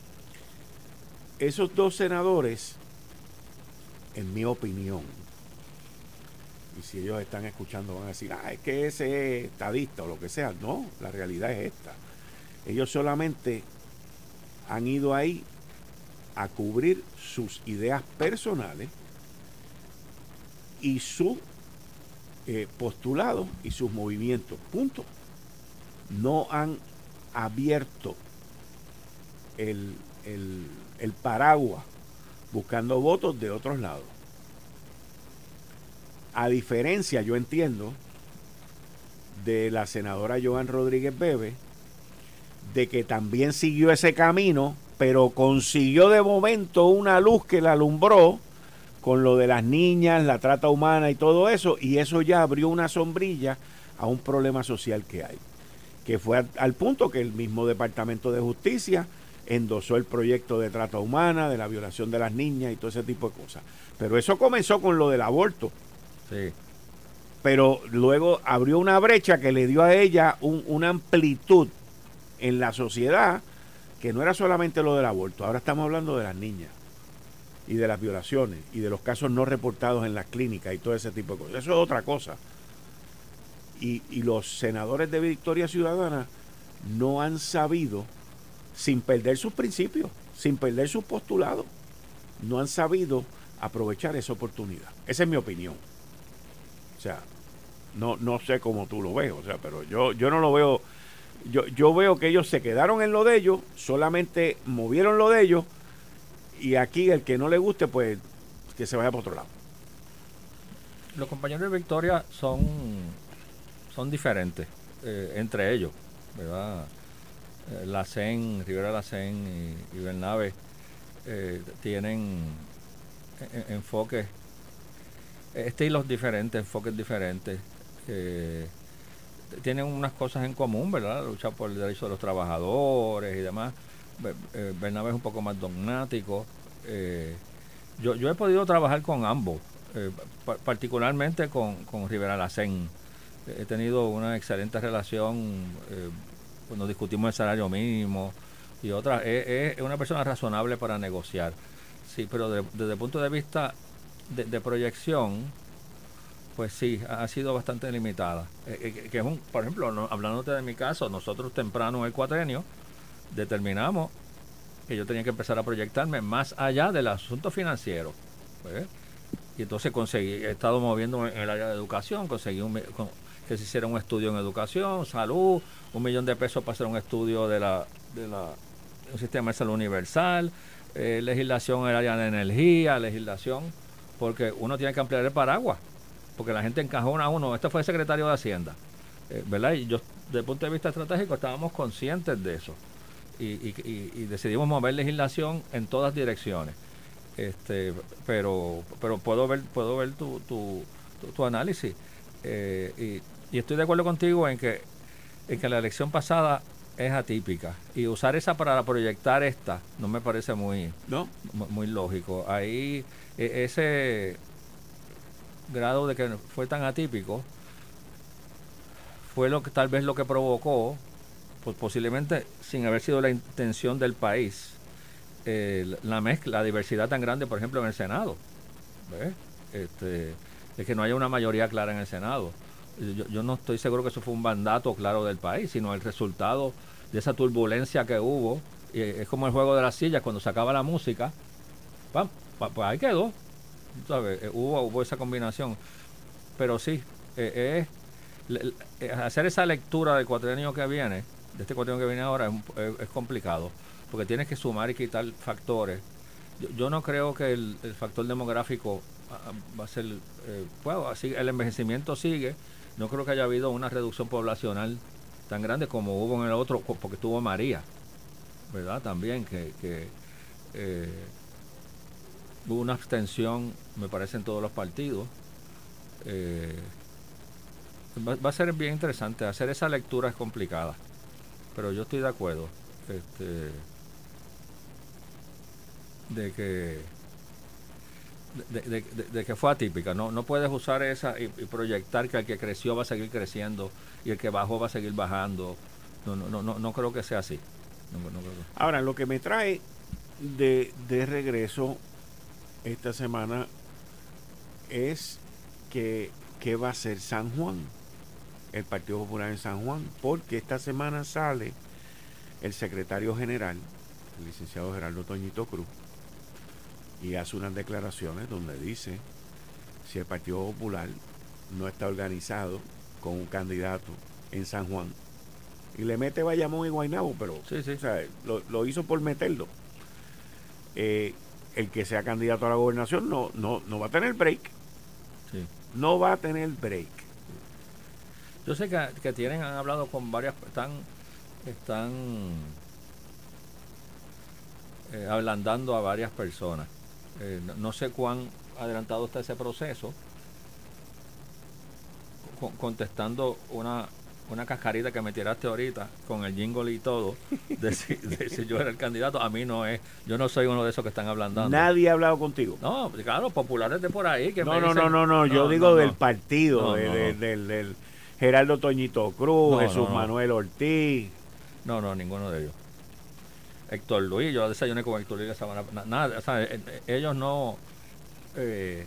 Esos dos senadores, en mi opinión, y si ellos están escuchando van a decir, ah, es que ese es estadista o lo que sea. No, la realidad es esta. Ellos solamente han ido ahí a cubrir sus ideas personales y su eh, postulado y sus movimientos. Punto. No han abierto el, el, el paraguas buscando votos de otros lados. A diferencia, yo entiendo, de la senadora Joan Rodríguez Bebe, de que también siguió ese camino, pero consiguió de momento una luz que la alumbró con lo de las niñas, la trata humana y todo eso, y eso ya abrió una sombrilla a un problema social que hay. que fue al, al punto que el mismo Departamento de Justicia endosó el proyecto de trata humana, de la violación de las niñas y todo ese tipo de cosas. Pero eso comenzó con lo del aborto. Sí. Pero luego abrió una brecha que le dio a ella un, una amplitud en la sociedad que no era solamente lo del aborto. Ahora estamos hablando de las niñas y de las violaciones y de los casos no reportados en las clínicas y todo ese tipo de cosas. Eso es otra cosa. Y, y los senadores de Victoria Ciudadana no han sabido, sin perder sus principios, sin perder sus postulados, no han sabido aprovechar esa oportunidad. Esa es mi opinión. O sea, no, no sé cómo tú lo ves, o sea, pero yo, yo no lo veo. Yo, yo veo que ellos se quedaron en lo de ellos, solamente movieron lo de ellos, y aquí el que no le guste, pues que se vaya para otro lado. Los compañeros de Victoria son, son diferentes eh, entre ellos, ¿verdad? Eh, Lacén, Rivera Lacén y, y Bernabe eh, tienen en, enfoques, estilos diferentes, enfoques diferentes. Eh, tienen unas cosas en común, ¿verdad? Luchar por el derecho de los trabajadores y demás. Eh, Bernabe es un poco más dogmático. Eh, yo, yo he podido trabajar con ambos, eh, pa- particularmente con, con Rivera Lacén. He tenido una excelente relación, eh, cuando discutimos el salario mínimo y otras. Es, es una persona razonable para negociar. Sí, pero de, desde el punto de vista de, de proyección, pues sí, ha sido bastante limitada. Eh, que es un, por ejemplo, no, hablándote de mi caso, nosotros temprano en el cuatrenio determinamos que yo tenía que empezar a proyectarme más allá del asunto financiero. ¿Ves? Y entonces conseguí, he estado moviendo en el área de educación, conseguí un, con, que se hiciera un estudio en educación, salud, un millón de pesos para hacer un estudio de la, de la un sistema de salud universal, eh, legislación en el área de energía, legislación, porque uno tiene que ampliar el paraguas, porque la gente encajona a uno. Este fue el secretario de Hacienda, eh, ¿verdad? Y yo, desde el punto de vista estratégico, estábamos conscientes de eso. Y, y, y, y decidimos mover legislación en todas direcciones. Este, pero pero puedo ver puedo ver tu, tu, tu, tu análisis. Eh, y, y estoy de acuerdo contigo en que, en que la elección pasada es atípica. Y usar esa para proyectar esta no me parece muy, ¿no? muy, muy lógico. Ahí, e, ese grado de que fue tan atípico fue lo que tal vez lo que provocó, pues posiblemente sin haber sido la intención del país, eh, la mezcla, la diversidad tan grande, por ejemplo, en el Senado. ¿Ves? Este, es que no haya una mayoría clara en el Senado. Yo, yo no estoy seguro que eso fue un mandato claro del país, sino el resultado de esa turbulencia que hubo. Y es como el juego de las sillas, cuando se acaba la música, ¡pam! Pues ahí quedó. ¿Sabes? Eh, hubo, hubo esa combinación. Pero sí, eh, eh, eh, hacer esa lectura del cuatrienio que viene, de este cuatrienio que viene ahora, es, es, es complicado, porque tienes que sumar y quitar factores. Yo, yo no creo que el, el factor demográfico va a ser, eh, bueno, así el envejecimiento sigue. No creo que haya habido una reducción poblacional tan grande como hubo en el otro, porque tuvo María, ¿verdad? También que, que eh, hubo una abstención, me parece, en todos los partidos. Eh, va, va a ser bien interesante. Hacer esa lectura es complicada, pero yo estoy de acuerdo este, de que de, de, de, de que fue atípica. No, no puedes usar esa y, y proyectar que el que creció va a seguir creciendo y el que bajó va a seguir bajando. No, no, no, no, no creo que sea así. No, no creo que... Ahora, lo que me trae de, de regreso esta semana es que qué va a hacer San Juan, el Partido Popular en San Juan, porque esta semana sale el secretario general, el licenciado Gerardo Toñito Cruz, y hace unas declaraciones donde dice si el Partido Popular no está organizado con un candidato en San Juan, y le mete Bayamón y Guaynabo, pero sí, sí. O sea, lo, lo hizo por meterlo. Eh, el que sea candidato a la gobernación no, no, no va a tener break. Sí. No va a tener break. Yo sé que, que tienen, han hablado con varias, están, están eh, ablandando a varias personas. Eh, no, no sé cuán adelantado está ese proceso, con, contestando una una cascarita que me tiraste ahorita con el jingle y todo, de si, de si yo era el candidato, a mí no es, yo no soy uno de esos que están hablando. Nadie ha hablado contigo. No, claro, populares de por ahí que no, me no, dicen, no, no, no, yo no, digo no, del no. partido, No, de, no, de, no. del, del Gerardo Toñito Cruz, No, Jesús no, no. Manuel Ortiz. No, no, ninguno de ellos. Héctor Luis, yo desayuné con Héctor Luis la semana, na- nada, o sea, eh, eh, ellos no, eh,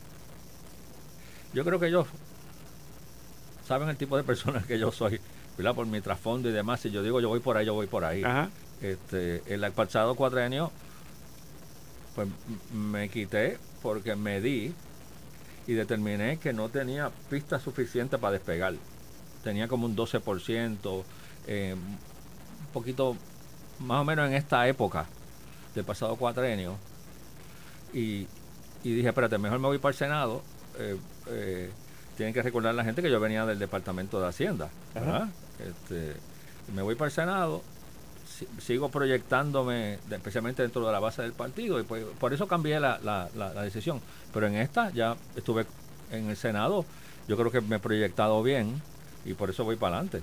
yo creo que ellos saben el tipo de persona que yo soy, ¿verdad? Por mi trasfondo y demás. Si yo digo yo voy por ahí, yo voy por ahí. Ajá. Este, el pasado cuatrenio, pues m- me quité porque me di y determiné que no tenía pista suficiente para despegar. Tenía como un doce por ciento, eh, un poquito más o menos en esta época del pasado cuatrenio. Y, y dije, espérate, mejor me voy para el Senado. Eh, eh, tienen que recordar a la gente que yo venía del Departamento de Hacienda, ¿verdad? Este, me voy para el Senado, si, sigo proyectándome, de, especialmente dentro de la base del partido, y pues por eso cambié la, la, la, la decisión. Pero en esta ya estuve en el Senado, yo creo que me he proyectado bien y por eso voy para adelante.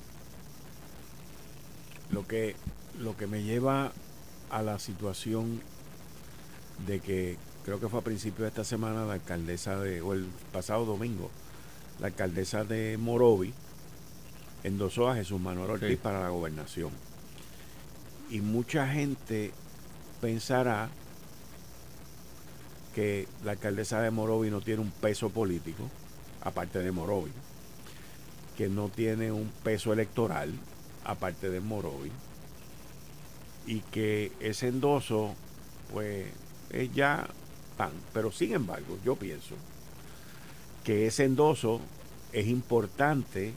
Lo que, lo que me lleva a la situación de que creo que fue a principios de esta semana la alcaldesa de, o el pasado domingo, la alcaldesa de Morovi endosó a Jesús Manuel Ortiz Sí. para la gobernación. Y mucha gente pensará que la alcaldesa de Morovi no tiene un peso político, aparte de Morovi, que no tiene un peso electoral, aparte de Morovi, y que ese endoso, pues, es ya pan. Pero sin embargo, yo pienso que ese endoso es importante,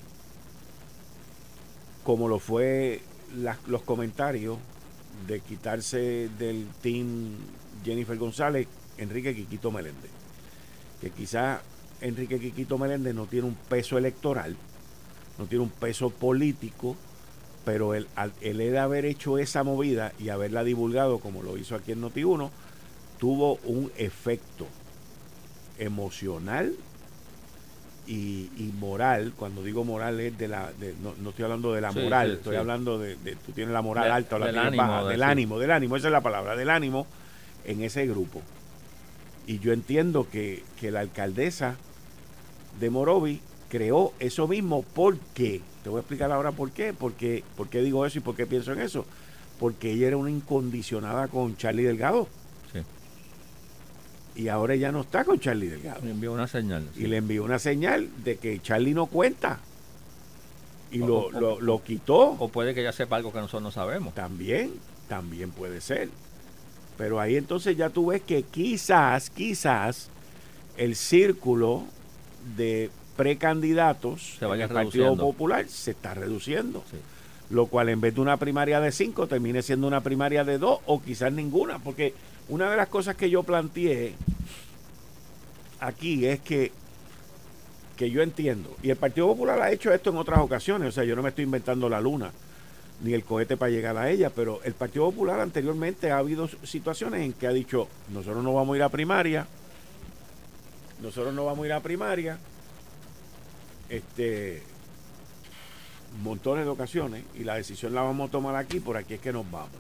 como lo fue la, los comentarios de quitarse del team Jennifer González, Enrique Quiquito Meléndez. Que quizás Enrique Quiquito Meléndez no tiene un peso electoral, no tiene un peso político, pero el, el de haber hecho esa movida y haberla divulgado como lo hizo aquí en Noti uno, tuvo un efecto emocional y, y moral. Cuando digo moral es de la de, no, no estoy hablando de la Sí, moral, sí, estoy sí. hablando de, de tú tienes la moral De- alta o la del tienes ánimo, baja, de- del sí. ánimo, del ánimo, esa es la palabra, del ánimo en ese grupo. Y yo entiendo que, que la alcaldesa de Morovi creó eso mismo. ¿Por qué? Te voy a explicar ahora por qué, porque, por qué digo eso y por qué pienso en eso. Porque ella era una incondicionada con Charlie Delgado. Sí. Y ahora ella no está con Charlie Delgado. Me envió una señal. Y sí. le envió una señal de que Charlie no cuenta. Y O- lo, o- lo, lo quitó. O puede que ella sepa algo que nosotros no sabemos. También, también puede ser. Pero ahí entonces ya tú ves que quizás, quizás el círculo de precandidatos Se en vaya el Partido reduciendo. Popular se está reduciendo. Sí. Lo cual en vez de una primaria de cinco termine siendo una primaria de dos o quizás ninguna. Porque una de las cosas que yo planteé aquí es que que yo entiendo, y el Partido Popular ha hecho esto en otras ocasiones, o sea, yo no me estoy inventando la luna ni el cohete para llegar a ella, pero el Partido Popular anteriormente ha habido situaciones en que ha dicho, nosotros no vamos a ir a primaria, nosotros no vamos a ir a primaria, este, montones de ocasiones, y la decisión la vamos a tomar aquí, por aquí es que nos vamos.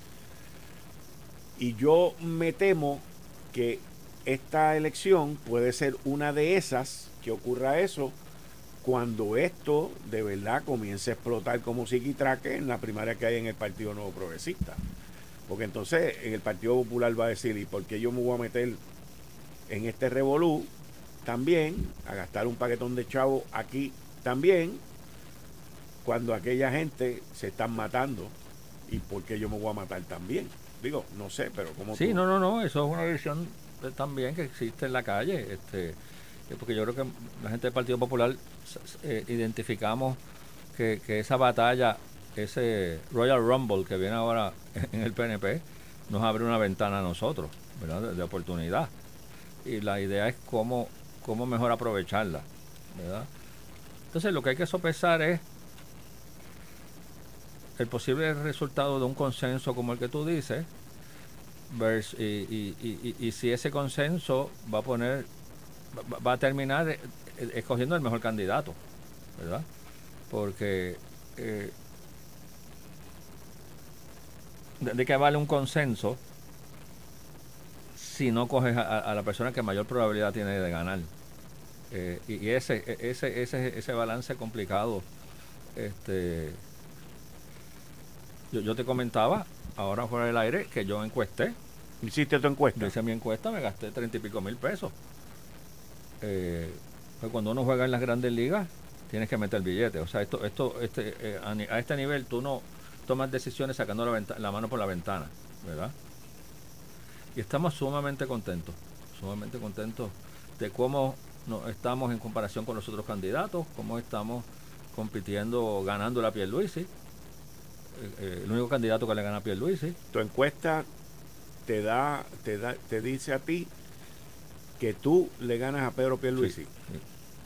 Y yo me temo que esta elección puede ser una de esas, que ocurra eso, cuando esto de verdad comience a explotar como psiquitraque en la primaria que hay en el Partido Nuevo Progresista. Porque entonces en el Partido Popular va a decir, ¿y por qué yo me voy a meter en este revolú también, a gastar un paquetón de chavos aquí también, cuando aquella gente se están matando? ¿Y por qué yo me voy a matar también? Digo, no sé, pero como Sí, tú? no, no, no, eso es una visión eh, también que existe en la calle, este, eh, porque yo creo que la gente del Partido Popular eh, identificamos que, que esa batalla, ese Royal Rumble que viene ahora en el P N P, nos abre una ventana a nosotros, ¿verdad? De, de oportunidad. Y la idea es cómo, cómo mejor aprovecharla, ¿verdad? Entonces lo que hay que sopesar es el posible resultado de un consenso como el que tú dices, vers, y, y, y, y, y si ese consenso va a poner, va, va a terminar escogiendo el mejor candidato, ¿verdad? porque eh, de, de qué vale un consenso si no coges a, a la persona que mayor probabilidad tiene de ganar. Eh, y, y ese, ese, ese, ese balance complicado, este, yo, yo te comentaba ahora fuera del aire que yo encuesté. ¿Hiciste tu encuesta? Yo hice mi encuesta, me gasté treinta y pico mil pesos. Eh, pues cuando uno juega en las grandes ligas, tienes que meter billete. O sea, esto, esto, este, eh, a, a este nivel tú no tomas decisiones sacando la, venta, la mano por la ventana, ¿verdad? Y estamos sumamente contentos, sumamente contentos de cómo no, estamos en comparación con los otros candidatos, cómo estamos compitiendo, ganando la Pierluisi, eh, eh, el único candidato que le gana a Pierluisi. Tu encuesta te da, te da, te dice a ti que tú le ganas a Pedro Pierluisi. Sí, sí.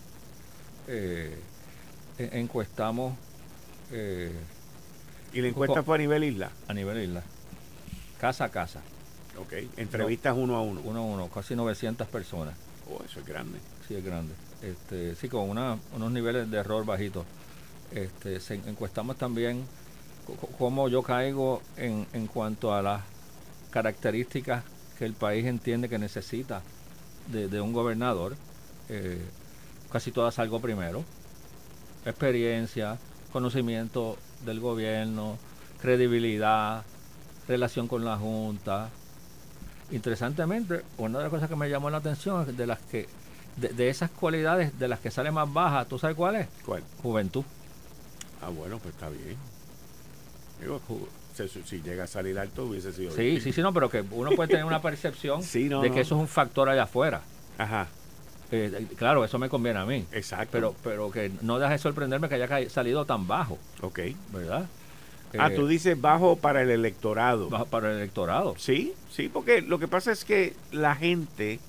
Eh, encuestamos. Eh, ¿Y la encuesta fue a nivel isla? A nivel isla. Casa a casa. Ok. Entrevistas no, uno a uno. Uno a uno, casi novecientas personas. Oh, eso es grande. Sí, es grande. Este, sí, con una, unos niveles de error bajitos. Este, se, encuestamos también cómo yo caigo en, en cuanto a las características que el país entiende que necesita de, de un gobernador. Eh, casi todas salgo primero. Experiencia, conocimiento del gobierno, credibilidad, relación con la Junta. Interesantemente, una de las cosas que me llamó la atención es de las que, de, de esas cualidades de las que sale más baja, ¿tú sabes cuál es? ¿Cuál? Juventud. Ah, bueno, pues está bien. Digo, si, si llega a salir alto hubiese sido Sí, bien. sí, sí, no, pero que uno puede tener una percepción sí, no, de no. que eso es un factor allá afuera. Ajá. Eh, claro, eso me conviene a mí. Exacto. Pero, pero que no deje de sorprenderme que haya ca- salido tan bajo. Ok. ¿Verdad? Ah, eh, tú dices bajo para el electorado. Bajo para el electorado. Sí, sí, porque lo que pasa es que la gente,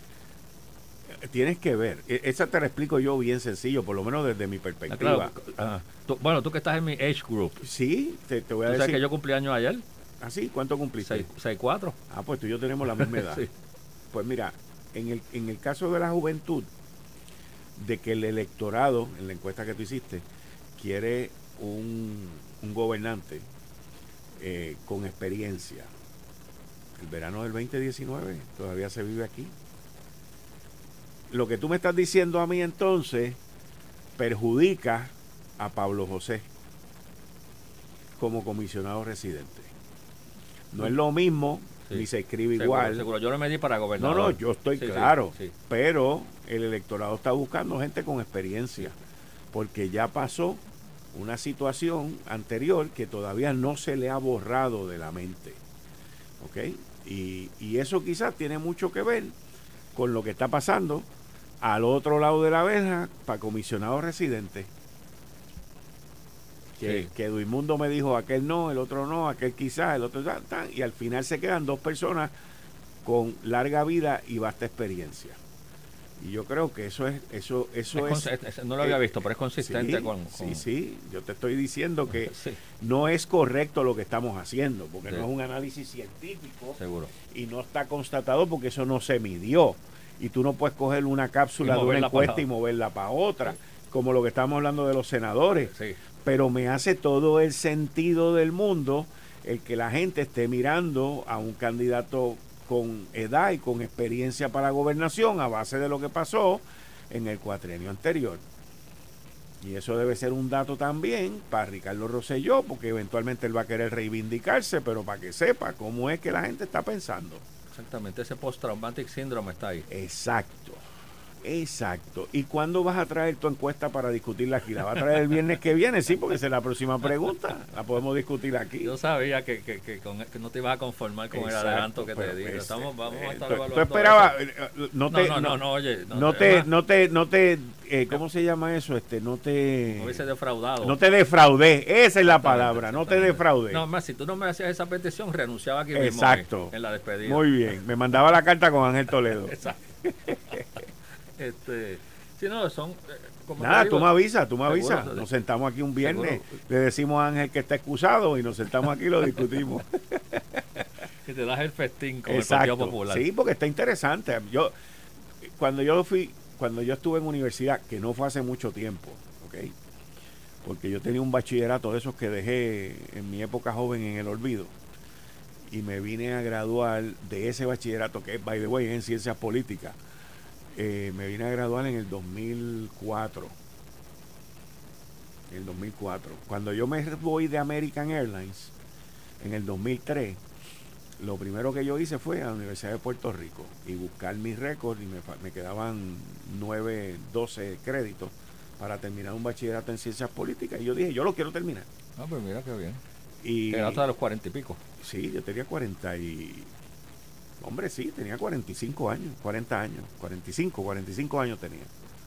tienes que ver, esa te la explico yo bien sencillo, por lo menos desde mi perspectiva. Ah, claro. Tú, bueno, tú que estás en mi age group. Sí, te, te voy a ¿Tú decir. sabes que yo cumplí años ayer? ¿Ah, sí? ¿Cuánto cumpliste? seis cuatro. Ah, pues tú y yo tenemos la misma edad. Sí. Pues mira, en el, en el caso de la juventud, de que el electorado, en la encuesta que tú hiciste, quiere un, un gobernante eh, con experiencia. El verano del veinte diecinueve todavía se vive aquí. Lo que tú me estás diciendo a mí entonces perjudica a Pablo José como comisionado residente. No es lo mismo, sí, ni se escribe seguro, igual. Seguro, yo lo medí para gobernador. No, no, yo estoy sí, claro, sí, sí. Pero el electorado está buscando gente con experiencia, porque ya pasó una situación anterior que todavía no se le ha borrado de la mente. ¿Ok? Y, y eso quizás tiene mucho que ver con lo que está pasando al otro lado de la verja para comisionado residente. Que, sí. que Duimundo me dijo aquel no, el otro no, aquel quizás, el otro tan, tan, y al final se quedan dos personas con larga vida y vasta experiencia. Y yo creo que eso es eso eso es, es, es no lo había eh, visto, pero es consistente sí, con, con sí sí yo te estoy diciendo que sí. no es correcto lo que estamos haciendo, porque sí. no es un análisis científico. Seguro. Y no está constatado porque eso no se midió, y tú no puedes coger una cápsula de una encuesta y moverla para otra, sí. como lo que estamos hablando de los senadores. Sí. Pero me hace todo el sentido del mundo el que la gente esté mirando a un candidato con edad y con experiencia para la gobernación a base de lo que pasó en el cuatrienio anterior. Y eso debe ser un dato también para Ricardo Rosselló, porque eventualmente él va a querer reivindicarse, pero para que sepa cómo es que la gente está pensando. Exactamente, ese post-traumatic syndrome está ahí. Exacto, exacto. ¿Y cuándo vas a traer tu encuesta para discutirla aquí? ¿La vas a traer el viernes que viene? Sí, porque esa es la próxima pregunta. La podemos discutir aquí. Yo sabía que, que, que, con, que no te ibas a conformar con exacto, el adelanto que te di. Este, Estamos, vamos a estar tú, evaluando. Tú esperabas, no, te, no, no, no, no, oye. No, no te, no te, no te, eh, ¿cómo se llama eso? Este, no te. No hubiese defraudado. No te defraudé, esa es la palabra, no te defraudé. No, más, si tú no me hacías esa petición, renunciaba aquí mismo. Exacto. En, en la despedida. Muy bien, me mandaba la carta con Ángel Toledo. Exacto. este, si no, son... Eh, como Nada, digo, tú me avisas, tú me avisas. seguro, nos sentamos aquí un viernes, seguro. Le decimos a Ángel que está excusado y nos sentamos aquí y lo discutimos. Que te das el festín con exacto. el Partido Popular. Sí, porque está interesante. Yo, cuando yo fui, cuando yo estuve en universidad, que no fue hace mucho tiempo, ¿ok? porque yo tenía un bachillerato de esos que dejé en mi época joven en el olvido, y me vine a graduar de ese bachillerato, que es, by the way, en ciencias políticas. Eh, me vine a graduar en el dos mil cuatro. En el dos mil cuatro. Cuando yo me voy de American Airlines, en el dos mil tres, lo primero que yo hice fue a la Universidad de Puerto Rico y buscar mis récords, y me, me quedaban nueve, doce créditos para terminar un bachillerato en ciencias políticas. Y yo dije, yo lo quiero terminar. Ah, pues mira qué bien. Y llegaste a los cuarenta y pico. Sí, yo tenía cuarenta y... Hombre, sí, tenía cuarenta y cinco años, cuarenta años, cuarenta y cinco, cuarenta y cinco años tenía.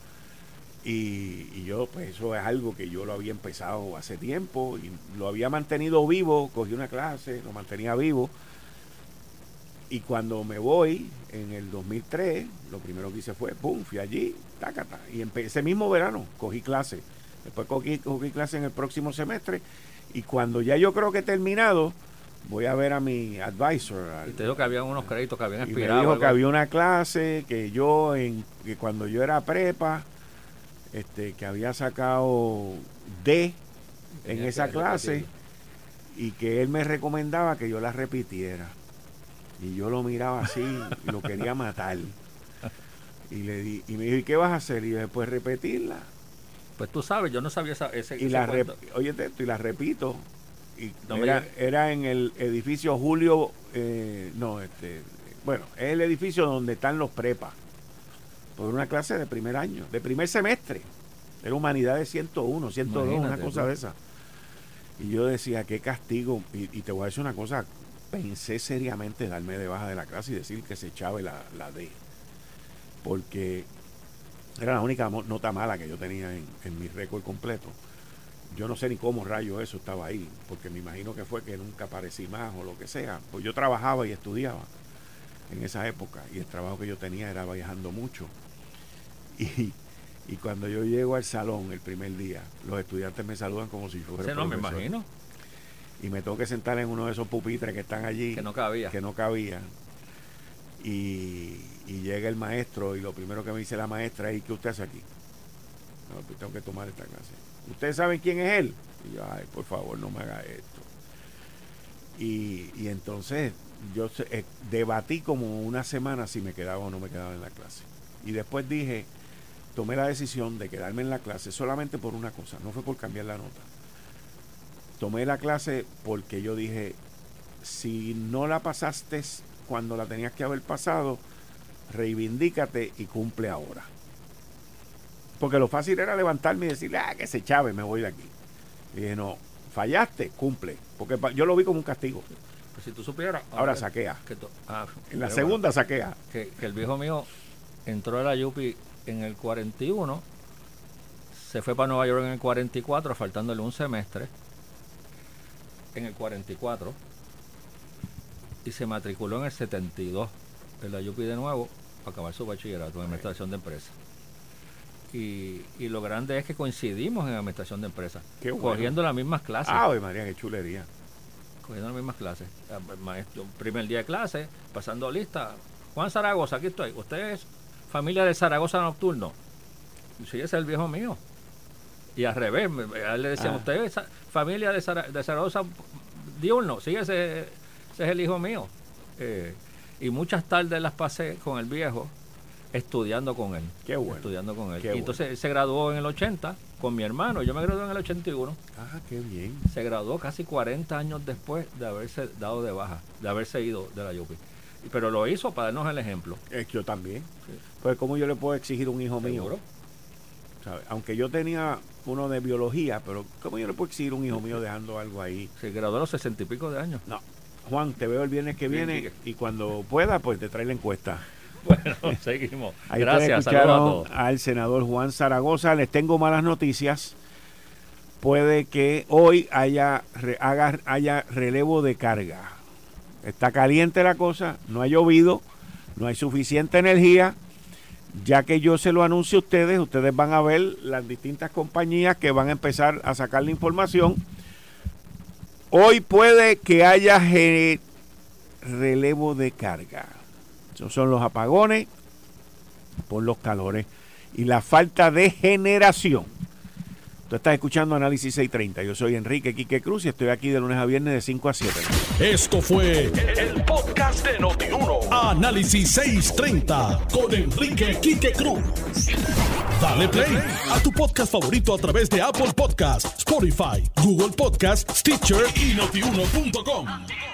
Y, y yo, pues eso es algo que yo lo había empezado hace tiempo y lo había mantenido vivo, cogí una clase, lo mantenía vivo. Y cuando me voy, en el dos mil tres, lo primero que hice fue, pum, fui allí, tácata. Y empecé, ese mismo verano cogí clase. Después cogí, cogí clase en el próximo semestre. Y cuando ya yo creo que he terminado, voy a ver a mi advisor. Al, y te dijo que había unos créditos que habían expirado. Y me dijo que había una clase que yo, en que cuando yo era prepa, este que había sacado D en esa clase, y que él me recomendaba que yo la repitiera. Y yo lo miraba así y lo quería matar. Y le di, y me dijo, ¿y qué vas a hacer? Y yo, después repetirla. Pues tú sabes, yo no sabía esa, ese, y ese la rep, oye esto, y la repito. Y no era, era en el edificio Julio, eh, no, este, bueno, es el edificio donde están los prepas. Por una clase de primer año, de primer semestre. Era humanidades ciento uno, ciento dos, una cosa de esa. Y yo decía, qué castigo. Y, y te voy a decir una cosa, pensé seriamente darme de baja de la clase y decir que se echaba la, la D. Porque era la única nota mala que yo tenía en, en mi récord completo. Yo no sé ni cómo rayo eso estaba ahí, porque me imagino que fue que nunca aparecí más o lo que sea. Pues yo trabajaba y estudiaba en esa época, y el trabajo que yo tenía era viajando mucho. Y, y cuando yo llego al salón el primer día, los estudiantes me saludan como si fuera sí, no, me imagino. Y me tengo que sentar en uno de esos pupitres que están allí. Que no cabía. Que no cabía. Y, y llega el maestro, y lo primero que me dice la maestra es, ¿qué usted hace aquí? No, pues tengo que tomar esta clase. ¿Ustedes saben quién es él? Y yo, ay, por favor, no me haga esto. Y, y entonces yo eh, debatí como una semana si me quedaba o no me quedaba en la clase. Y después dije, tomé la decisión de quedarme en la clase solamente por una cosa, no fue por cambiar la nota. Tomé la clase porque yo dije, si no la pasaste cuando la tenías que haber pasado, reivindícate y cumple ahora. Porque lo fácil era levantarme y decirle, ah, que se chave, me voy de aquí. Y dije, no, fallaste, cumple. Porque yo lo vi como un castigo. Pues si tú supieras... Ahora que, saquea. Que to, ah, en la segunda bueno, saquea. Que, que el viejo mío entró a la Yupi en el cuarenta y uno, se fue para Nueva York en el cuarenta y cuatro, faltándole un semestre. En el cuarenta y cuatro, y se matriculó en el setenta y dos en la Yupi de nuevo para acabar su bachillerato en administración de empresas. Y, y lo grande es que coincidimos en administración de empresas, qué bueno, cogiendo las mismas clases. ¡Ay, María, qué chulería! Cogiendo las mismas clases. Maestro, primer día de clase, pasando lista. Juan Zaragoza, aquí estoy. ¿Usted es familia de Zaragoza Nocturno? Sí, ese es el viejo mío. Y al revés, a él le decían, ah. ¿usted es familia de, Zara, de Zaragoza Diurno? Sí, ese, ese es el hijo mío. Eh, y muchas tardes las pasé con el viejo, estudiando con él. Qué bueno. Estudiando con él. Qué y entonces bueno. Él se graduó en el ochenta con mi hermano. Yo me gradué en el ochenta y uno. Ah, qué bien. Se graduó casi cuarenta años después de haberse dado de baja, de haberse ido de la Yupi. Pero lo hizo para darnos el ejemplo. Es que yo también. Sí. Pues, ¿cómo yo le puedo exigir a un hijo ¿Seguro? mío? ¿Sabe? Aunque yo tenía uno de biología, pero ¿cómo yo le puedo exigir a un hijo mío dejando algo ahí? Se graduó a los sesenta y pico de años. No. Juan, te veo el viernes que viene bien, y cuando pueda, pues te trae la encuesta. Bueno, seguimos. Ahí gracias, saludos a todos. Al senador Juan Zaragoza. Les tengo malas noticias. Puede que hoy haya, haga, haya relevo de carga. Está caliente la cosa, no ha llovido, no hay suficiente energía. Ya que yo se lo anuncio a ustedes, ustedes van a ver las distintas compañías que van a empezar a sacar la información. Hoy puede que haya relevo de carga. Esos son los apagones por los calores y la falta de generación. Tú estás escuchando Análisis seiscientos treinta. Yo soy Enrique Quique Cruz y estoy aquí de lunes a viernes de cinco a siete. Esto fue el podcast de Notiuno. Análisis seiscientos treinta con Enrique Quique Cruz. Dale play a tu podcast favorito a través de Apple Podcasts, Spotify, Google Podcasts, Stitcher y notiuno punto com.